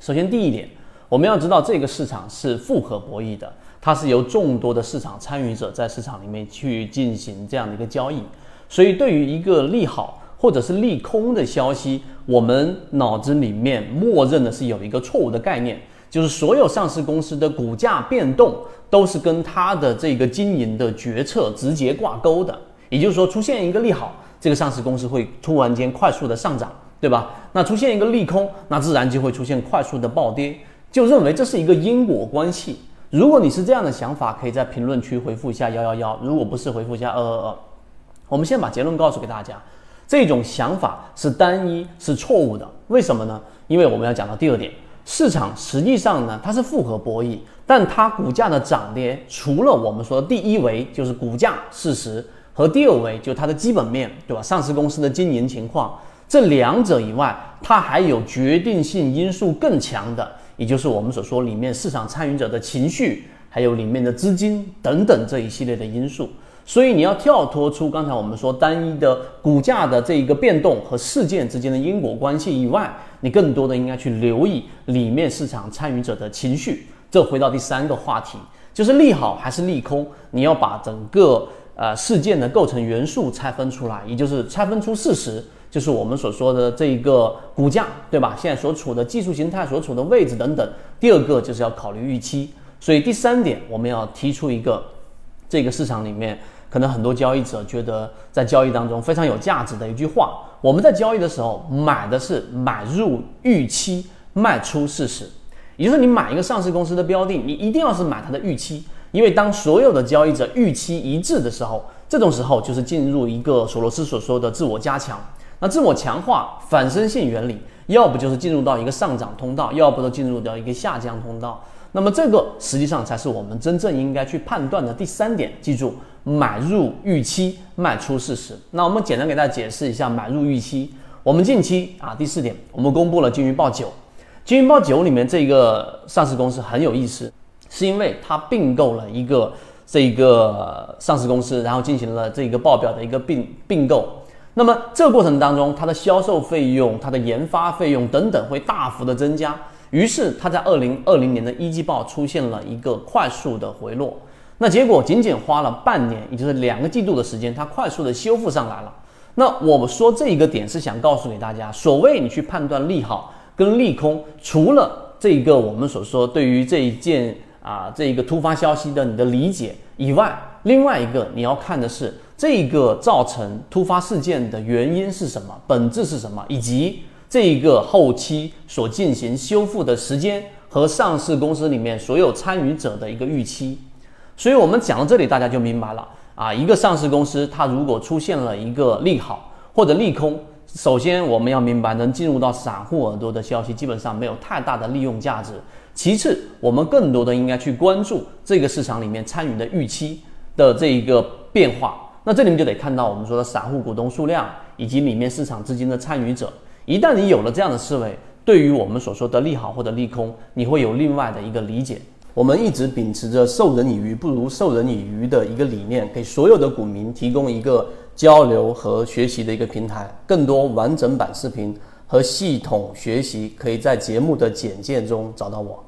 首先第一点，我们要知道这个市场是复合博弈的，它是由众多的市场参与者在市场里面去进行这样的一个交易，所以对于一个利好或者是利空的消息，我们脑子里面默认的是有一个错误的概念，就是所有上市公司的股价变动都是跟它的这个经营的决策直接挂钩的，也就是说出现一个利好，这个上市公司会突然间快速的上涨，对吧？那出现一个利空，那自然就会出现快速的暴跌，就认为这是一个因果关系。如果你是这样的想法，可以在评论区回复一下111，如果不是回复一下222。我们先把结论告诉给大家，这种想法是单一，是错误的。为什么呢？因为我们要讲到第二点，市场实际上呢，它是复合博弈，但它股价的涨跌，除了我们说的第一维就是股价事实，和第二维就是它的基本面，对吧？上市公司的经营情况，这两者以外，它还有决定性因素更强的，也就是我们所说里面市场参与者的情绪，还有里面的资金等等这一系列的因素。所以你要跳脱出刚才我们说单一的股价的这一个变动和事件之间的因果关系以外，你更多的应该去留意里面市场参与者的情绪。这回到第三个话题，就是利好还是利空，你要把整个事件的构成元素拆分出来，也就是拆分出事实，就是我们所说的这个股价，对吧？现在所处的技术形态、所处的位置等等。第二个就是要考虑预期。所以第三点，我们要提出一个这个市场里面可能很多交易者觉得在交易当中非常有价值的一句话：我们在交易的时候买的是买入预期，卖出事实。也就是你买一个上市公司的标的，你一定要是买它的预期，因为当所有的交易者预期一致的时候，这种时候就是进入一个索罗斯所说的自我加强。那自我强化反身性原理，要不就是进入到一个上涨通道，要不就进入到一个下降通道。那么这个实际上才是我们真正应该去判断的第三点，记住，买入预期，卖出事实。那我们简单给大家解释一下买入预期。我们近期第四点，我们公布了金鱼报9，金鱼报9里面这个上市公司很有意思，是因为它并购了这个上市公司，然后进行了这个报表的一个并购。那么这个过程当中，它的销售费用、它的研发费用等等会大幅的增加。于是它在2020年的一季报出现了一个快速的回落，那结果仅仅花了半年，也就是2个季度的时间，它快速的修复上来了。那我说这一个点是想告诉给大家，所谓你去判断利好跟利空，除了这个我们所说对于这一件这一个突发消息的你的理解以外，另外一个你要看的是这个造成突发事件的原因是什么，本质是什么，以及这个后期所进行修复的时间和上市公司里面所有参与者的一个预期。所以我们讲到这里，大家就明白了一个上市公司它如果出现了一个利好或者利空，首先我们要明白，能进入到散户耳朵的消息基本上没有太大的利用价值。其次，我们更多的应该去关注这个市场里面参与的预期的这一个变化。那这里面就得看到我们说的散户股东数量以及里面市场资金的参与者。一旦你有了这样的思维，对于我们所说的利好或者利空，你会有另外的一个理解。我们一直秉持着授人以鱼不如授人以渔的一个理念，给所有的股民提供一个交流和学习的一个平台。更多完整版视频和系统学习，可以在节目的简介中找到我。